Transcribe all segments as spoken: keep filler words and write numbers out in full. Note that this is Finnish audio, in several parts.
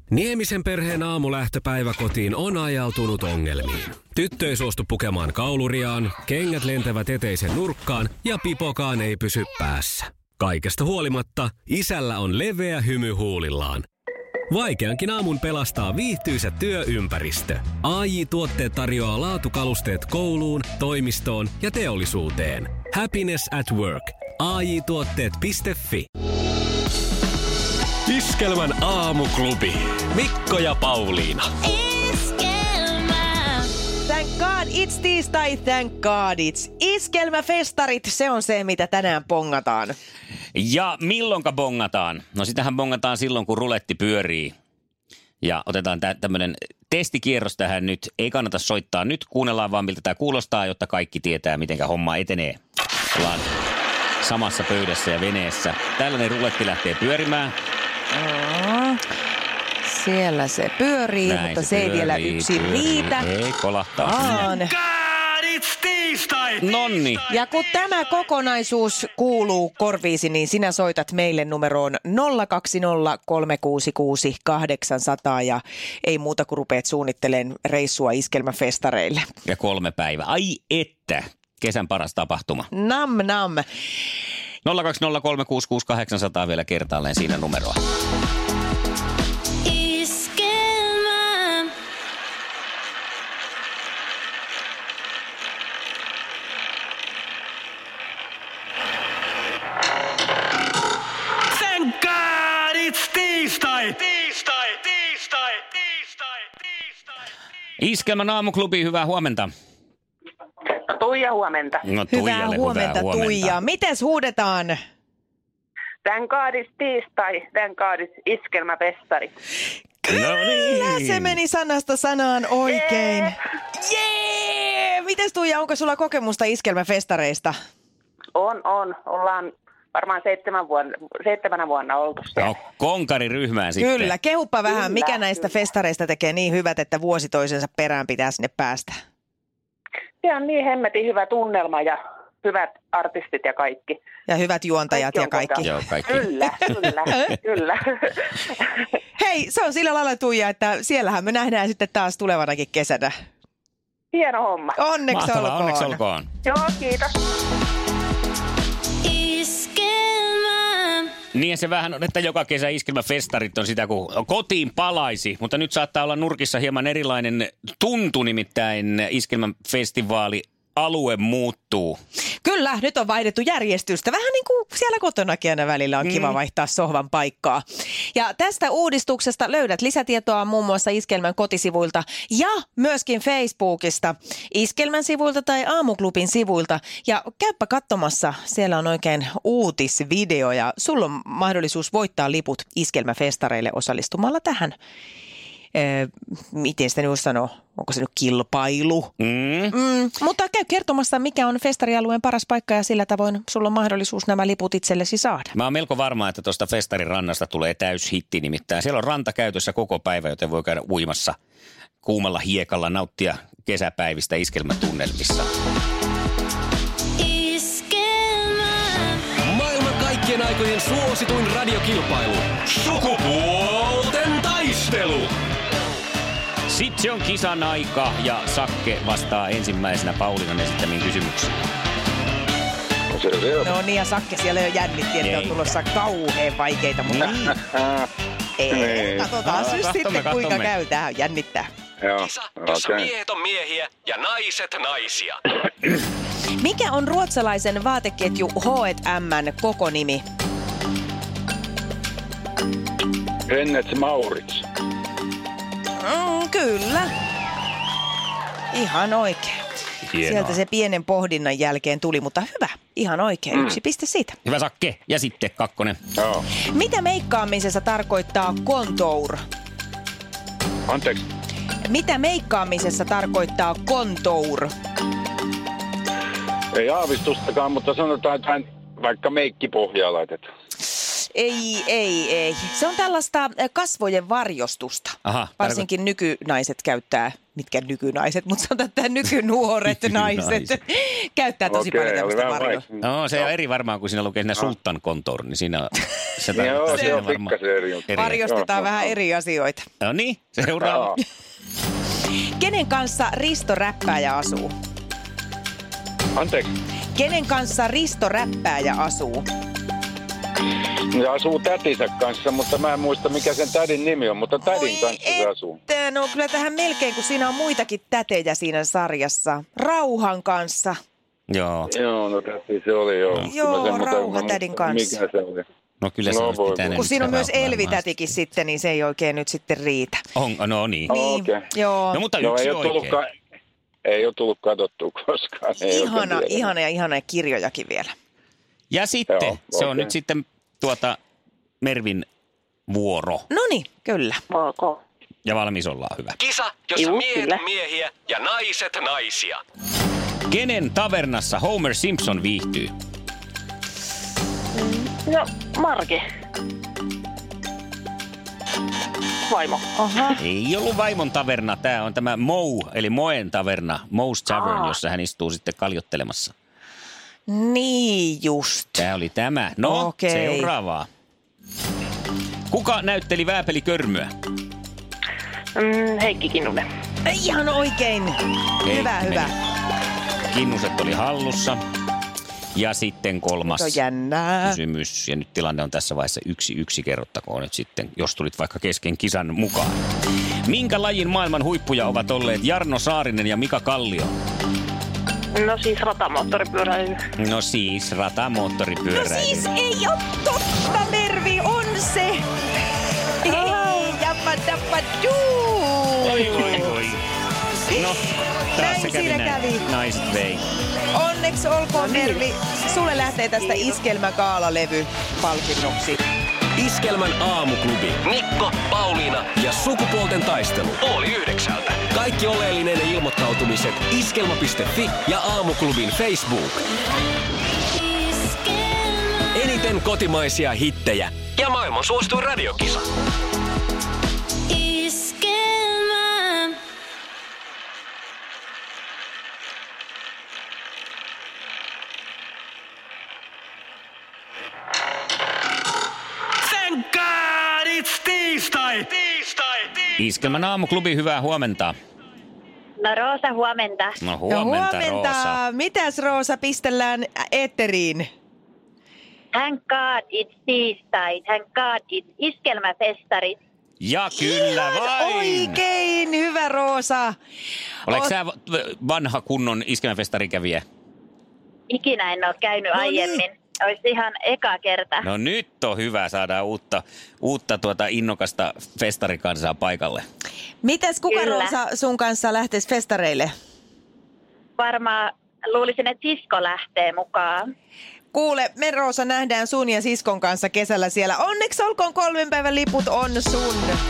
Niemisen perheen aamulähtöpäivä kotiin on ajautunut ongelmiin. Tyttö ei suostu pukemaan kauluriaan, kengät lentävät eteisen nurkkaan ja pipokaan ei pysy päässä. Kaikesta huolimatta isällä on leveä hymy huulillaan. Vaikeankin aamun pelastaa viihtyisä työympäristö. A J-tuotteet tarjoaa laatukalusteet kouluun, toimistoon ja teollisuuteen. Happiness at work. A J tuotteet piste fi. Iskelmän aamuklubi. Mikko ja Pauliina. Iskelmä. Thank God it's tiistai, thank God it's iskelmäfestarit. Se on se, mitä tänään bongataan. Ja milloinka bongataan? No sitähän bongataan silloin, kun ruletti pyörii. Ja otetaan tä- tämmöinen testikierros tähän nyt. Ei kannata soittaa nyt, kuunnellaan vaan miltä tämä kuulostaa, jotta kaikki tietää, miten homma etenee. Ollaan samassa pöydässä ja veneessä. Tällainen ruletti lähtee pyörimään. Oh, siellä se pyörii, Näin mutta se, se ei pyörii, vielä yksin pyörii. riitä. Ei kolahtaa. Vaan. Nonni. Ja kun tämä kokonaisuus kuuluu korviisi, niin sinä soitat meille numeroon nolla kaksi nolla kolme kuusi kuusi kahdeksan nolla nolla ja ei muuta kuin rupeat suunnittelemaan reissua iskelmäfestareille. Ja kolme päivää. Ai että, kesän paras tapahtuma. Nam nam. nolla kaksi nolla kolme kuusi kuusi kahdeksan nolla nolla vielä kertaalleen siinä numeroa. Iskelmä. Thank God it's tiistai! Tiistai, tiistai, tiistai, tiistai. Iskelmän aamuklubi, hyvää huomenta. Tuija, huomenta. No, Hyvää Tuijalle, huomenta, hyvää Tuija. Mites huudetaan? Tän kaadis tiistai, tän kaadis iskelmäfestari. No Kyllä, niin. se meni sanasta sanaan oikein. Jee! Mites Tuija, onko sulla kokemusta iskelmäfestareista? On, on. Ollaan varmaan seitsemän vuonna, seitsemänä vuonna oltu siellä. No, konkariryhmään sitten. Kyllä, kehuppa vähän, Kyllä, mikä näistä kyllä. festareista tekee niin hyvät, että vuosi toisensa perään pitää sinne päästä. Se on niin hemmetin hyvä tunnelma ja hyvät artistit ja kaikki. Ja hyvät juontajat Kaikki ja on kaikki. kokeiltu. Joo, kaikki. Kyllä, kyllä, kyllä. Hei, se on sillä lailla Tuija, että siellähän me nähdään sitten taas tulevanakin kesänä. Hieno homma. Onneksi Mahtavaa, olkoon. onneksi olkoon. Joo, kiitos. Iskelmä. Niin se vähän on, että joka kesä iskelmäfestarit on sitä, kun kotiin palaisi. Mutta nyt saattaa olla nurkissa hieman erilainen tuntu, nimittäin iskelmäfestivaali. Alue muuttuu. Kyllä, nyt on vaihdettu järjestystä. Vähän niin kuin siellä kotonakin aina välillä on kiva vaihtaa sohvan paikkaa. Ja tästä uudistuksesta löydät lisätietoa muun muassa Iskelmän kotisivuilta ja myöskin Facebookista, Iskelmän sivuilta tai Aamuklubin sivuilta. Ja käyppä katsomassa, siellä on oikein uutisvideo ja sulla on mahdollisuus voittaa liput Iskelmäfestareille osallistumalla tähän. Ee, miten sitä nyt sanoo? Onko se nyt kilpailu? Mm. Mm, mutta käy kertomassa, mikä on festarialueen paras paikka ja sillä tavoin sulla on mahdollisuus nämä liput itsellesi saada. Mä oon melko varma, että tuosta festarin rannasta tulee täyshitti nimittäin. Siellä on ranta käytössä koko päivä, joten voi käydä uimassa kuumalla hiekalla, nauttia kesäpäivistä iskelmätunnelmissa. Iskelmä. Maailman kaikkien aikojen suosituin radiokilpailu. Sukupuolten taistelu. Sitten se on kisan aika ja Sakke vastaa ensimmäisenä Paulinan esittämiin kysymyksiin. No niin, ja Sakke siellä jo jännitti, että Ei. on tulossa kauhean vaikeita, mutta Niin. ei, katsotaan Ah, nyt katsomme, sitten kuinka katsomme. käy. Tähän jännittää. Joo, Kisa, jossa okei. miehet on miehiä ja naiset naisia. Mikä on ruotsalaisen vaateketju H and M:n koko nimi? Hennet Maurits. Mm, kyllä. Ihan oikein. Hienoa. Sieltä se pienen pohdinnan jälkeen tuli, mutta hyvä. Ihan oikein. Yksi piste siitä. Hyvä Sakke. Ja sitten kakkonen. Joo. Mitä meikkaamisessa tarkoittaa contour? Anteeksi. Mitä meikkaamisessa tarkoittaa contour? Ei aavistustakaan, mutta sanotaan, että hän vaikka meikkipohjaa laitetaan. Ei, ei, ei. Se on tällaista kasvojen varjostusta. Aha, varsinkin nykynaiset käyttää, mitkä nykynaiset, mutta sanotaan, että nykynuoret naiset käyttää tosi Okei, paljon oli tämmöistä vähän varjoa. vaikea. No se on eri varmaan, kun siinä lukee siinä Sultan Contour, niin siinä se Joo, tarkoittaa se siinä on varmaan pikkasen eri juttu. eri. Varjostetaan Joo, vähän joo. eri asioita. No niin, seuraava. Joo. Kenen kanssa Risto Räppääjä asuu? Anteeksi. Kenen kanssa Risto Räppääjä asuu? Se asuu tätinsä kanssa, mutta mä en muista mikä sen tädin nimi on, mutta tädin Oi kanssa se asuu. että, no kyllä tähän melkein, kun siinä on muitakin tätejä siinä sarjassa. Rauhan kanssa. Joo. Joo, no täti se oli joo. Joo, Kyllä se, mutta Rauha mä en tädin muista, kanssa. Mikä se oli? No kyllä se No olisi voi pitänyt. voi. Kun nyt siinä on se myös Rauha Elvi-tätikin sitten, niin se ei oikein nyt sitten riitä. On, no niin. Niin, Okei. joo. No mutta No yksi ei ole, oikein. tullutkaan, ei ole tullut katsottua koskaan. Ei oikein Ihana, tiedä. ihana ja ihana kirjojakin vielä. Ja sitten, Joo, se on okei. nyt sitten tuota Mervin vuoro. No niin, kyllä. Ok. Ja valmis ollaan, hyvä. Kisa, jossa Juu, miehet kyllä. miehiä ja naiset naisia. Kenen tavernassa Homer Simpson viihtyy? No, Marki. Vaimo. Aha. Ei ollut vaimon taverna, tämä on tämä Moe, eli Moen taverna, Moe's Tavern, Aa. jossa hän istuu sitten kaljottelemassa. Niin just. Tämä oli tämä. No, Okei. seuraavaa. Kuka näytteli Vääpeli Körmyä? Mm, Heikki Kinnunen. Ihan oikein. Hyvä, Heikki hyvä. meni. Kinnuset oli hallussa. Ja sitten kolmas Se on jännää. kysymys. Ja nyt tilanne on tässä vaiheessa yksi yksi. Kerrottakoon nyt sitten, jos tulit vaikka kesken kisan mukaan. Minkä lajin maailman huippuja ovat olleet Jarno Saarinen ja Mika Kallio? No siis ratamoottoripyöräily. No siis, No ratamoottoripyöräily. siis ei ole totta, Mervi, on se. Ei, jappa tappa duu. Oi, oi, oi. No, taas Näin se kävi siinä näin. kävi. Naiset vei. Onneksi olkoon, Mervi. Sulle lähtee tästä Iskelmä-gaalalevy palkinnoksi. Iskelmän aamuklubi. Mikko, Pauliina Ja sukupuolten taistelu. puoli yhdeksältä. Kaikki oleellinen ilmoittautumiset iskelma piste fi ja aamuklubin Facebook. Iskelmä. Eniten kotimaisia hittejä. Ja maailman suosituin radiokisa. Iskelmä. Thank God it's tiistai! Tiistai! Tiistai! Iskelmän aamuklubi, hyvää huomenta. No Roosa, huomenta. No No huomenta, huomenta. Roosa. Mitäs Roosa pistellään eetteriin? Thank God it's tiistai. Thank God it's iskelmäfestarit. Ja kyllä Ihan vain. oikein, hyvä Roosa. Oletko Oot- sä vanha kunnon iskelmäfestarikävijä? Ikinä en ole käynyt No niin. aiemmin. Olisi ihan eka kerta. No nyt on hyvä saada uutta, uutta tuota innokasta festarikansaa paikalle. Mitäs kuka Kyllä. Roosa sun kanssa lähtisi festareille? Varmaan luulisin, että sisko lähtee mukaan. Kuule, me Roosa nähdään sun ja siskon kanssa kesällä siellä. Onneksi olkoon kolmen päivän liput on sun.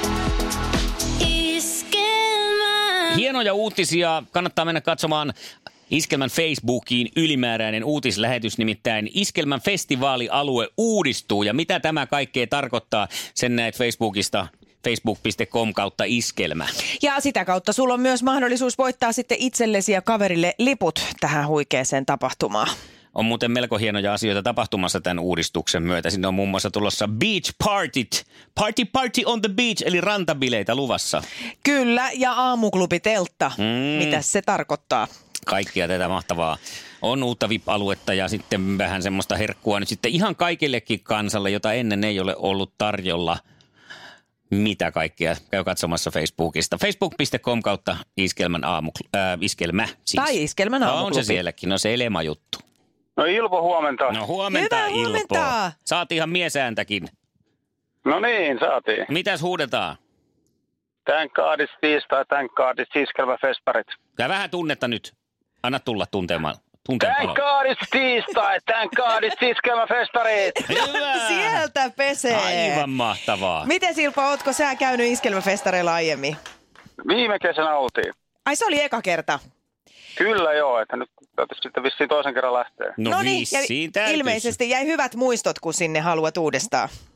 Iskelmä. Hienoja uutisia. Kannattaa mennä katsomaan Iskelmän Facebookiin ylimääräinen uutislähetys, nimittäin Iskelmän festivaalialue uudistuu. Ja mitä tämä kaikkea tarkoittaa, sen näet Facebookista, facebook piste com kautta iskelmä. Ja sitä kautta sulla on myös mahdollisuus voittaa sitten itsellesi ja kaverille liput tähän huikeeseen tapahtumaan. On muuten melko hienoja asioita tapahtumassa tämän uudistuksen myötä. Sinne on muun muassa tulossa beach partyt. Party party on the beach, eli rantabileitä luvassa. Kyllä, ja aamuklubiteltta. Mm. Mitä se tarkoittaa? Kaikkia tätä mahtavaa. On uutta V I P-aluetta ja sitten vähän semmoista herkkua nyt sitten ihan kaikillekin kansalle, jota ennen ei ole ollut tarjolla. Mitä kaikkea? Käy katsomassa Facebookista. facebook piste com kautta iskelmän aamu, äh, iskelmä siis. Tai Iskelmän On aamuklubi. se sielläkin, no se elema juttu. No Ilpo, huomenta. No huomenta, Hyvää Ilpo. huomenta. Saat ihan miesääntäkin. No niin, saatiin. Mitäs huudetaan? Thank God it's tiistai, thank God it's iskelmäfestarit. Kyllä vähän tunnetta nyt. Anna tulla tuntemaan. Thank Tunteen God it's tiistai, thank God it's iskelmäfestarit. Hyvä. Sieltä pesee. Aivan mahtavaa. Miten Silpa, ootko sä käynyt iskelmäfestareilla aiemmin? Viime kesänä oltiin. Ai se oli eka kerta. Kyllä joo, että nyt täytyisi sitten vissiin toisen kerran lähteä. No Noniin, ja vissiin täytyisi. ilmeisesti jäi hyvät muistot, kun sinne haluat uudestaan.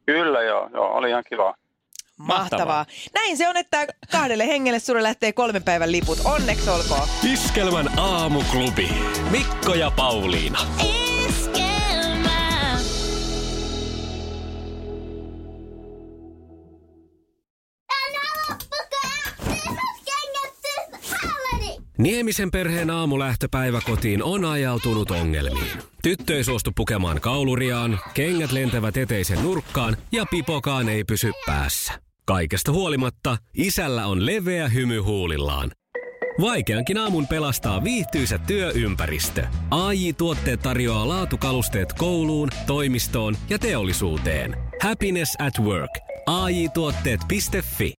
Kyllä joo, joo, oli ihan kiva. Mahtavaa. Näin se on, että kahdelle hengelle sulle lähtee kolmen päivän liput. Onneksi olkoon. Iskelmän aamuklubi. Mikko ja Pauliina. Iskelmä. Niemisen perheen aamulähtöpäivä kotiin on ajautunut ongelmiin. Tyttö ei suostu pukemaan kauluriaan, kengät lentävät eteisen nurkkaan ja pipokaan ei pysy päässä. Kaikesta huolimatta isällä on leveä hymy huulillaan. Vaikeankin aamun pelastaa viihtyisä työympäristö. A J-tuotteet tarjoaa laatukalusteet kouluun, toimistoon ja teollisuuteen. Happiness at work. A J tuotteet piste fi